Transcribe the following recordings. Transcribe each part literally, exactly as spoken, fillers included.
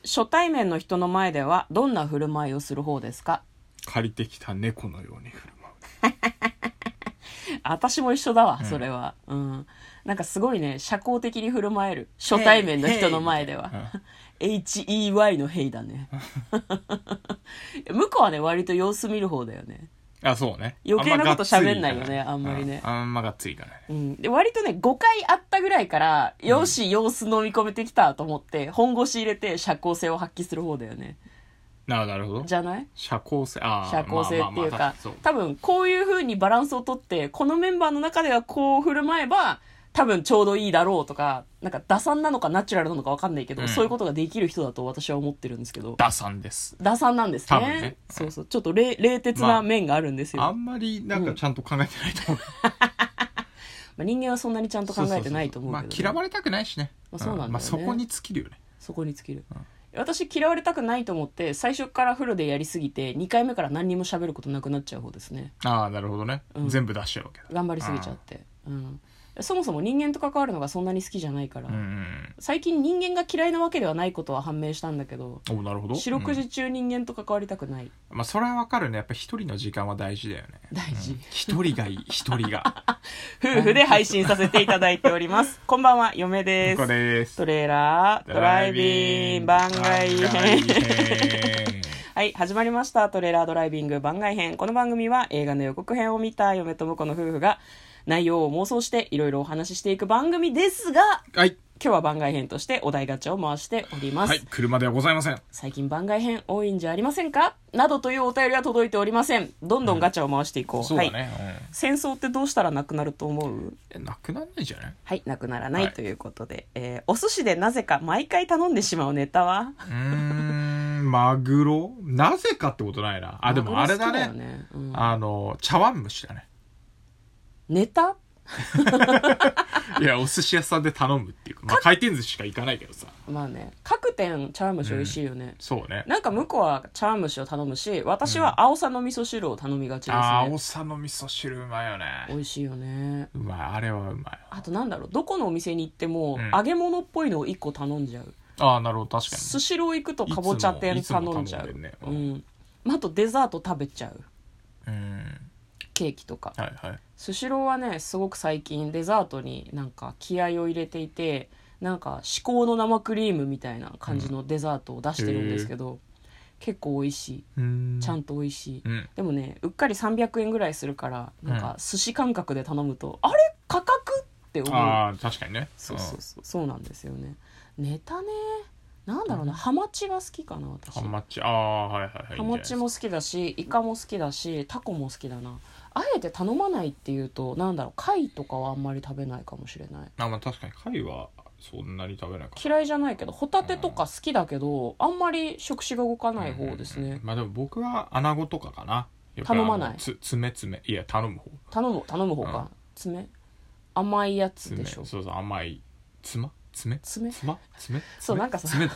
初対面の人の前ではどんな振る舞いをする方ですか？ 借りてきた猫のように振る舞う。 私も一緒だわ、それは、うん、なんかすごいね社交的に振る舞える、初対面の人の前では、エイチイーワイ のヘイだね向こうはね割と様子見る方だよね。 あ、そうね。 余計なこと喋んないよね、あんまりね。 あんまがっつりいかない、 うん、で割とねごかい会ったぐらいから、うん、よし様子飲み込めてきたと思って本腰入れて社交性を発揮する方だよね。 なるほど。 じゃない？ 社交性、あ社交性っていうか、 まあまあまあ、 多分こういう風にバランスをとってこのメンバーの中ではこう振る舞えば多分ちょうどいいだろうとか、なんか打算なのかナチュラルなのか分かんないけど、うん、そういうことができる人だと私は思ってるんですけど。 打算です。 打算なんですね。 多分ね。 そうそう、ちょっと冷徹な面があるんですよ、 まあ、あんまりなんかちゃんと考えてないと思う、うんまあ人間はそんなにちゃんと考えてないと思うけど、ね、 そうそうそう、まあ、嫌われたくないしね、 まあ、そうなんだよね、 まあ、そこに尽きるよね。 そこに尽きる、うん、私嫌われたくないと思って最初からフルでやりすぎてにかいめから何にも喋ることなくなっちゃう方ですね。 ああ、なるほどね、うん、全部出しちゃうわけだ。 頑張りすぎちゃって、うん、そもそも人間と関わるのがそんなに好きじゃないから、うんうん、最近人間が嫌いなわけではないことは判明したんだけど、 お、なるほど、 四六時中人間と関わりたくない、 うん、まあそれはわかるね。やっぱ一人の時間は大事だよね。 大事、 一、うん、人がいい、一人が夫婦で配信させていただいておりますこんばんは、嫁です。 ここです。 トレーラードライビング番外編はい、始まりました。トレーラードライビング番外編。この番組は映画の予告編を見た嫁と婿の夫婦が内容を妄想していろいろお話ししていく番組ですが、 はい、 今日は番外編としてお題ガチャを回しております。 はい、車ではございません。 最近番外編多いんじゃありませんかなどというお便りは届いておりません。どんどんガチャを回していこう、うん、 そうだね、 はい、 うん、 戦争ってどうしたらなくなると思う？ え、なくならないじゃない？ はい、なくならない、はい、ということで、えー、お寿司でなぜか毎回頼んでしまうネタはうーん、マグロ？なぜかってことないな。あ、でもあれだね、 ね、うん、 あの茶碗蒸しだね。 ネタいや、お寿司屋さんで頼むっていうか、まあ、回転寿司しか行かないけどさ。 まあね、各店茶碗蒸し美味しいよね、うん、 そうね。 なんか向こうは茶碗蒸しを頼むし、私は青さの味噌汁を頼みがちですね、うん、 あ、青さの味噌汁うまいよね。 美味しいよね。 うまい、あれはうまい。 あとなんだろう、どこのお店に行っても、うん、揚げ物っぽいのをいっこ頼んじゃう。 ああ、なるほど、確かに。 スシロー行くとかぼちゃ店頼んじゃう、ね、うん、あとデザート食べちゃう、 うん、 ケーキとか、 はいはい、 スシローはねすごく最近デザートになんか気合を入れていて、なんか至高の生クリームみたいな感じのデザートを出してるんですけど、うん、結構美味しい、ちゃんと美味しい、うん、でもねうっかりさんびゃくえんぐらいするからなんか寿司感覚で頼むと、うん、あれ価格って思う。 あー、確かにね。 そうそうそう、そうなんですよね。ネタね、なんだろうな、ハマチが好きかな私。 ハマチ、ああ、はいはいはい。 ハマチも好きだし、イカも好きだし、タコも好きだな。あえて頼まないっていうと、なんだろう、貝とかはあんまり食べないかもしれない。 あ、まあ確かに貝はそんなに食べないか。 嫌いじゃないけど、ホタテとか好きだけど、あんまり食指が動かない方ですね。 うん、まあでも僕はアナゴとかかな。 頼まない。 つ、爪爪。いや、頼む方。 頼む、頼む方か。うん、爪甘いやつでしょ。 そうそう、甘い。つま爪爪爪爪そう、なんかさ爪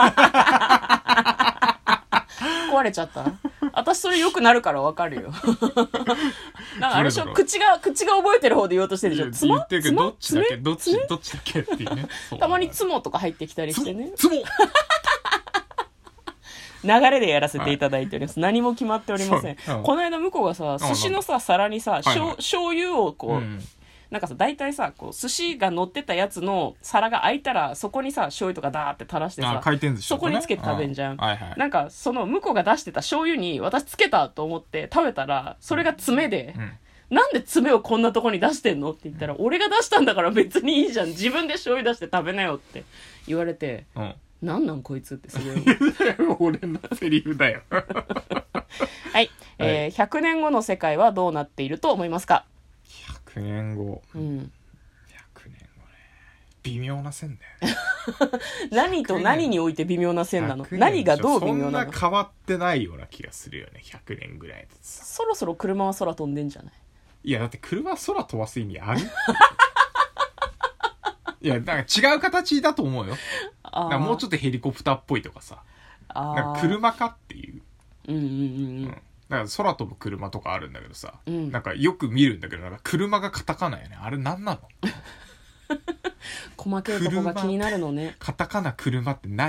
壊れちゃった。私それよくなるからわかるよ。なんかあれでしょ、口が口が覚えてる方で言おうとしてるでしょ。つま言ってるけど、どっちだっけどっちどっちだっけっていうね。 たまにつもとか入ってきたりしてね。 つも流れでやらせていただいております、はい、何も決まっておりません、うん、この間向こうがさ寿司のさ皿にさ、はいはい、醤油をこう、うん、なんかさ大体さこう寿司が乗ってたやつの皿が開いたらそこにさ醤油とかダーって垂らしてさ、 回転寿司とかね、 そこにつけて食べんじゃん、 はいはい、 なんかその向こうが出してた醤油に私つけたと思って食べたらそれが爪で、うん、なんで爪をこんなとこに出してんのって言ったら、うん、俺が出したんだから別にいいじゃん、自分で醤油出して食べなよって言われて、うん、なんなんこいつってすごい俺のセリフだよはい、えー、ひゃくねんごの世界はどうなっていると思いますか？ ひゃくねんご、うん、ひゃくねんごね、微妙な線だよね何と何において微妙な線なの？何がどう微妙なの？ そんな変わってないような気がするよね、ひゃくねんぐらい。 そろそろ車は空飛んでんじゃない？ いやだって車は空飛ばす意味あるいや、なんか違う形だと思うよ。なんかもうちょっとヘリコプターっぽいとかさ。なんか車かっていう。 うんうんうんうん。 うん、だから空飛ぶ車とかあるんだけどさ、うん、なんかよく見るんだけど、なんか車がカタカナやね。あれなんなの？ 細けいとこが気になるのね。 カタカナ車って何って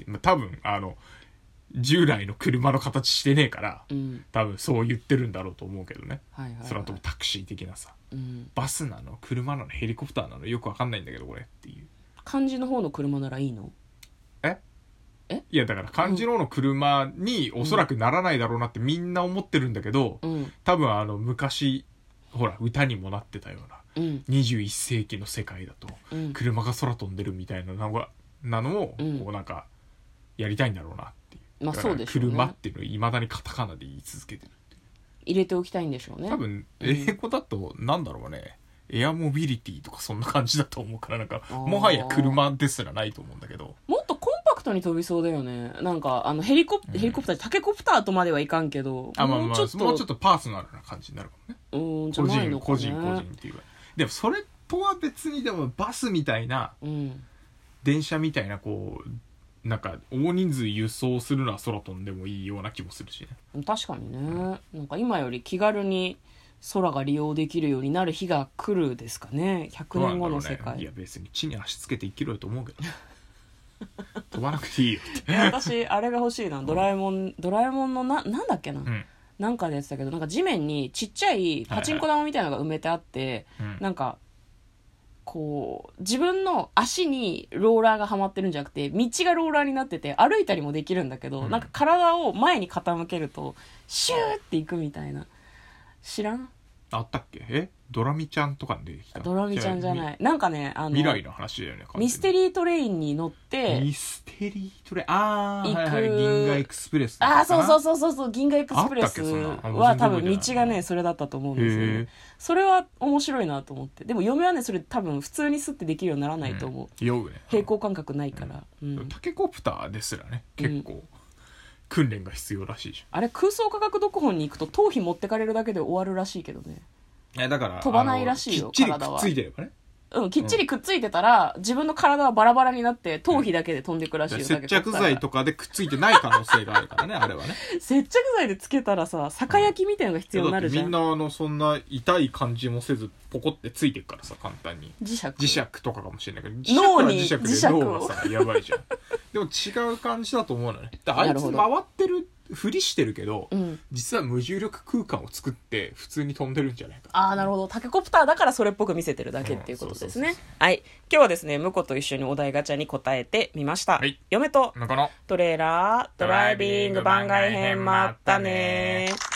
て、まあ、多分あの従来の車の形してねえから、うん、多分そう言ってるんだろうと思うけどね、はいはいはい、それともタクシー的なさ、うん、バスなの車なのヘリコプターなのよくわかんないんだけどこれっていう漢字の方の車ならいいの？ ええいやだから漢字の方の車におそらくならないだろうなってみんな思ってるんだけど、うん、多分あの昔ほら歌にもなってたような、うん、にじゅういっ世紀の世界だと、うん、車が空飛んでるみたいなのなのを、うん、こうなんかやりたいんだろうなっていう、まあそうでしょうね、車っていうのをいまだにカタカナで言い続けてるっていう入れておきたいんでしょうね。 多分英語だとなんだろうね、うん、エアモビリティとかそんな感じだと思うからなんかもはや車ですらないと思うんだけど、 もっとコンパクトに飛びそうだよね。なんかあのヘリコプ、うん、ヘリコプタータケコプターとまではいかんけど、 あ、まあまあ、もうちょっともうちょっとパーソナルな感じになるかもね。 うんじゃないのかね、 個人個人個人っていう。でもそれとは別にでもバスみたいな、うん、電車みたいなこうなんか大人数輸送するのは空飛んでもいいような気もするしね。 確かにね、うん、なんか今より気軽に空が利用できるようになる日が来るですかね。ひゃくねんごの世界、 ね、いや別に地に足つけて生きろよと思うけど飛ばなくていいよって私あれが欲しいな、ドラえもん、うん、ドラえもんのな、なんだっけな、うん、なんかでやってたけど、なんか地面にちっちゃいパチンコ玉みたいなのが埋めてあって、はいはい、なんかこう自分の足にローラーがはまってるんじゃなくて道がローラーになってて歩いたりもできるんだけど、うん、なんか体を前に傾けるとシューっていくみたいな。知らん？ あったっけ？えドラミちゃんとかで出てきた？ ドラミちゃんじゃない。なんかね、あの未来の話だよね。 ミステリートレインに乗ってミステリートレイン、ああ、はいはい、銀河エクスプレス。 ああ、そうそうそうそうそう、銀河エクスプレスは多分道がねそれだったと思うんですよね。それは面白いなと思って。でも嫁はねそれ多分普通にスッてできるようにならないと思う。 うん、酔うね。 平行感覚ないから。 うんうん、タケコプターですらね結構、うん、訓練が必要らしいじゃん。 あれ空想科学読本に行くと頭皮持ってかれるだけで終わるらしいけどね。 えだから飛ばないらしいよ、 きっちりくっついてればね。 うん、きっちりくっついてたら、うん、自分の体はバラバラになって頭皮だけで飛んでいくらしいよ。 接着剤とかでくっついてない可能性があるからねあれはね。 接着剤でつけたらさ、酒焼きみたいなのが必要になるじゃん。 みんなあのそんな痛い感じもせずポコってついてるからさ、簡単に磁石磁石とかかもしれないけど、磁石は磁石で脳がさやばいじゃん。でも違う感じだと思うのね。あいつ回ってるふりしてるけど、うん、実は無重力空間を作って普通に飛んでるんじゃないか。 ああ、なるほど。タケコプターだからそれっぽく見せてるだけっていうことですね。はい、今日はですね婿と一緒にお題ガチャに答えてみました、はい、嫁とトレーラードライビング番外編、まったね。